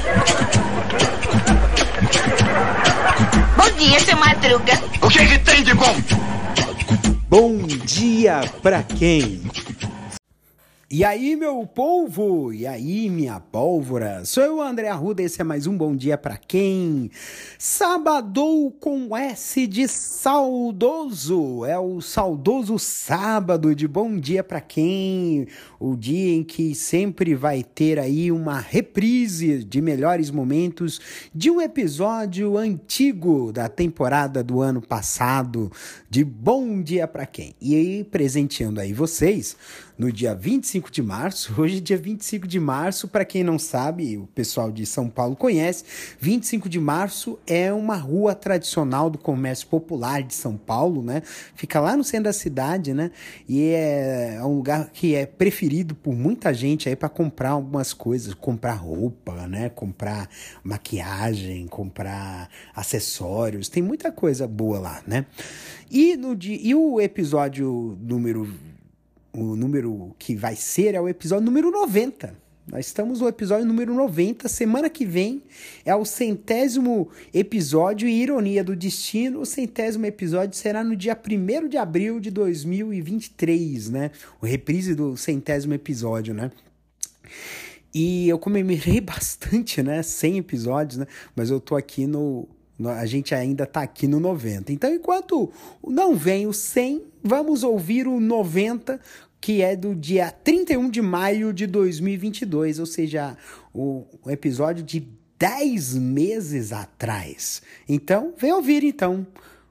Bom dia, seu Madruga. O que tem de bom? Bom dia pra quem? E aí, meu polvo? E aí, minha pólvora? Sou eu, André Arruda, esse é mais um Bom Dia Pra Quem? Sabadou com S de saudoso. É o saudoso sábado de Bom Dia Pra Quem? O dia em que sempre vai ter aí uma reprise de melhores momentos de um episódio antigo da temporada do ano passado de Bom Dia Pra Quem? E aí, presenteando aí vocês, no dia 25 de março, hoje é dia 25 de março, para quem não sabe, o pessoal de São Paulo conhece, 25 de março é uma rua tradicional do comércio popular de São Paulo, né? Fica lá no centro da cidade, né? E é um lugar que é preferido por muita gente aí para comprar algumas coisas, comprar roupa, né? Comprar maquiagem, comprar acessórios, tem muita coisa boa lá, né? E o episódio o número que vai ser é o episódio número 90. Nós estamos no episódio número 90. Semana que vem é o 100º episódio e ironia do destino. O 100º episódio será no dia 1º de abril de 2023, né? O reprise do 100º episódio, né? E eu comemorei bastante, né? 100 episódios, né? Mas eu tô aqui a gente ainda tá aqui no 90. Então, enquanto não vem o 100, vamos ouvir o 90, que é do dia 31 de maio de 2022, ou seja, o episódio de 10 meses atrás. Então, vem ouvir, então.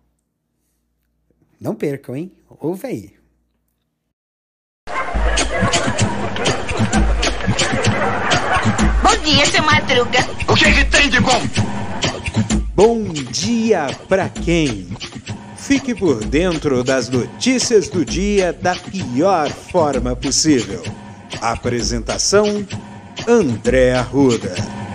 Não percam, hein? Ouve aí. Bom dia, seu Madruga. O que tem de bom? Bom dia pra quem? Fique por dentro das notícias do dia da pior forma possível. Apresentação: André Arruda.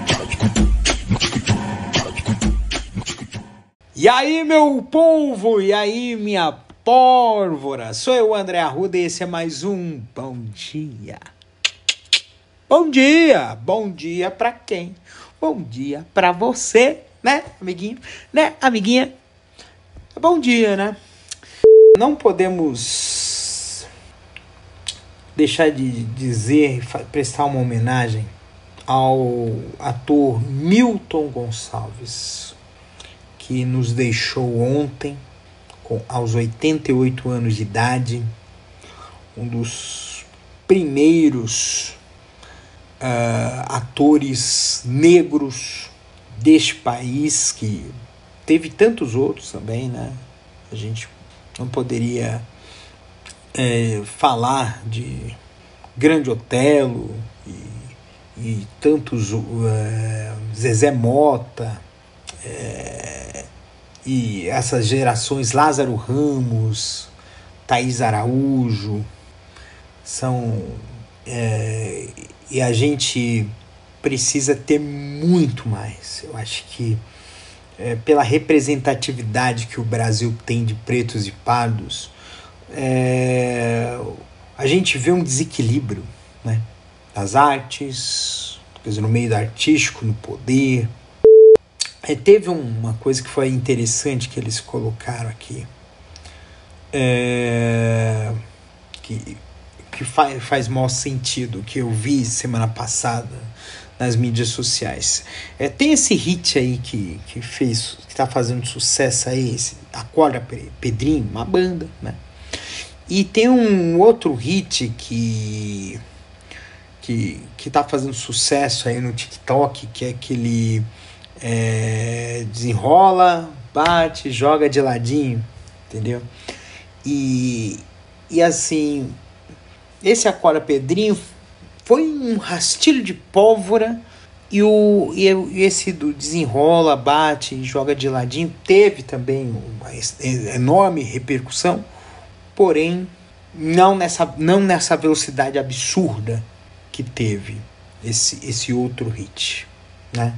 E aí, meu povo? E aí, minha pólvora? Sou eu, André Arruda, e esse é mais um Bom Dia. Bom dia! Bom dia pra quem? Bom dia pra você, né, amiguinho? Né, amiguinha? Bom dia, né? Não podemos deixar de dizer, prestar uma homenagem ao ator Milton Gonçalves, que nos deixou ontem, aos 88 anos de idade, um dos primeiros atores negros deste país, que teve tantos outros também, né? A gente não poderia falar de Grande Otelo e tantos, Zezé Mota, e essas gerações, Lázaro Ramos, Thaís Araújo, e a gente precisa ter muito mais. Eu acho que pela representatividade que o Brasil tem de pretos e pardos, a gente vê um desequilíbrio, né, das artes, quer dizer, no meio do artístico, no poder. Teve uma coisa que foi interessante que eles colocaram aqui, que faz maior sentido, que eu vi semana passada nas mídias sociais. Tem esse hit aí que tá fazendo sucesso aí, Acorda Pedrinho, uma banda, né? E tem um outro hit que tá fazendo sucesso aí no TikTok, que é aquele desenrola, bate, joga de ladinho, entendeu? E assim, esse Acorda Pedrinho foi um rastilho de pólvora, e esse do desenrola, bate, joga de ladinho teve também uma enorme repercussão, porém não nessa velocidade absurda que teve esse outro hit, né?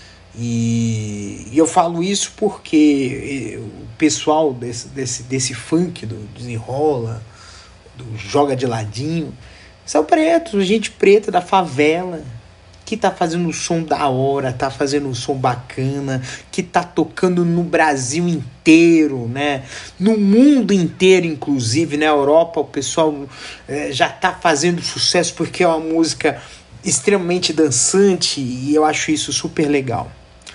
E eu falo isso porque o pessoal desse funk do desenrola, do joga de ladinho, são pretos, gente preta da favela, que tá fazendo um som da hora, tá fazendo um som bacana, que tá tocando no Brasil inteiro, né? No mundo inteiro, inclusive, na Europa, o pessoal já tá fazendo sucesso porque é uma música extremamente dançante e eu acho isso super legal.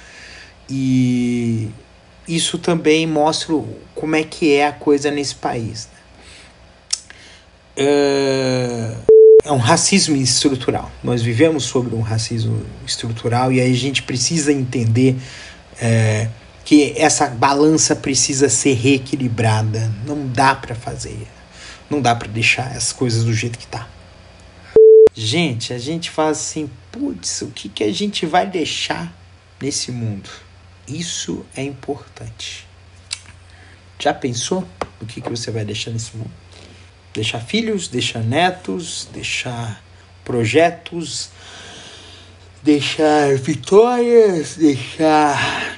E isso também mostra como é que é a coisa nesse país, né? É um racismo estrutural. Nós vivemos sobre um racismo estrutural e aí a gente precisa entender que essa balança precisa ser reequilibrada. Não dá para fazer. Não dá para deixar as coisas do jeito que tá. Gente, a gente fala assim, putz, o que a gente vai deixar nesse mundo? Isso é importante. Já pensou no que você vai deixar nesse mundo? Deixar filhos, deixar netos, deixar projetos, deixar vitórias, deixar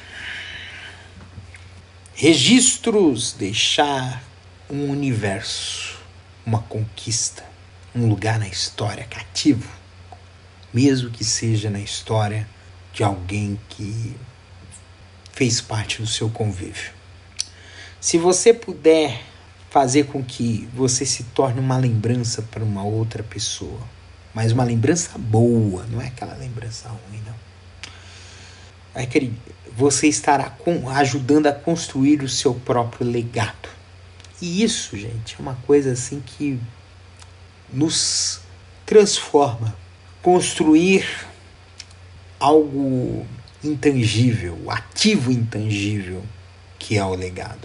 registros, deixar um universo, uma conquista, um lugar na história cativo, mesmo que seja na história de alguém que fez parte do seu convívio. Se você puder fazer com que você se torne uma lembrança para uma outra pessoa, mas uma lembrança boa, não é aquela lembrança ruim, não. Você estará ajudando a construir o seu próprio legado. E isso, gente, é uma coisa assim que nos transforma. Construir algo intangível, ativo intangível, que é o legado.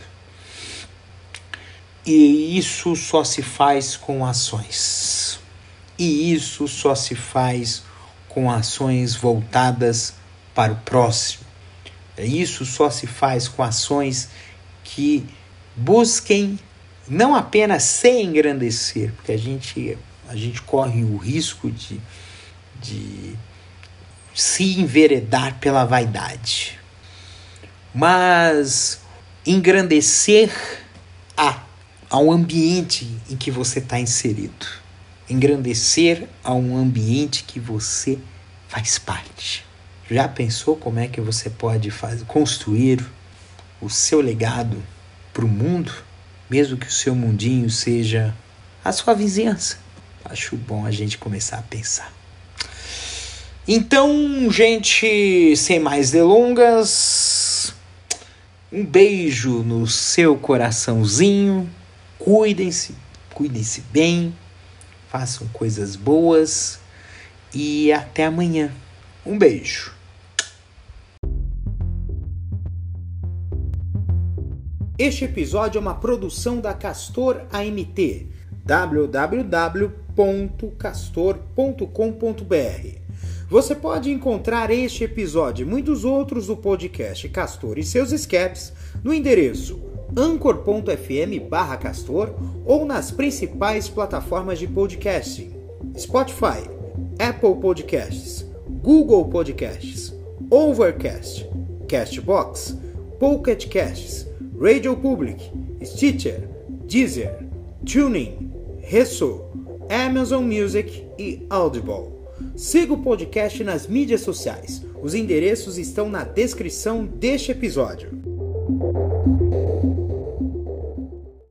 E isso só se faz com ações. E isso só se faz com ações voltadas para o próximo. Isso só se faz com ações que busquem não apenas se engrandecer, porque a gente corre o risco de se enveredar pela vaidade, mas engrandecer ao ambiente em que você está inserido, engrandecer a um ambiente que você faz parte. Já pensou como é que você pode construir o seu legado para o mundo, mesmo que o seu mundinho seja a sua vizinhança? Acho bom a gente começar a pensar. Então, gente, sem mais delongas, um beijo no seu coraçãozinho. Cuidem-se bem, façam coisas boas e até amanhã. Um beijo. Este episódio é uma produção da Castor AMT, www.castor.com.br. Você pode encontrar este episódio e muitos outros do podcast Castor e seus escapes no endereço anchor.fm/castor ou nas principais plataformas de podcasting: Spotify, Apple Podcasts, Google Podcasts, Overcast, Castbox, Pocket Casts, Radio Public, Stitcher, Deezer, TuneIn, Resso, Amazon Music e Audible. Siga o podcast nas mídias sociais. Os endereços estão na descrição deste episódio.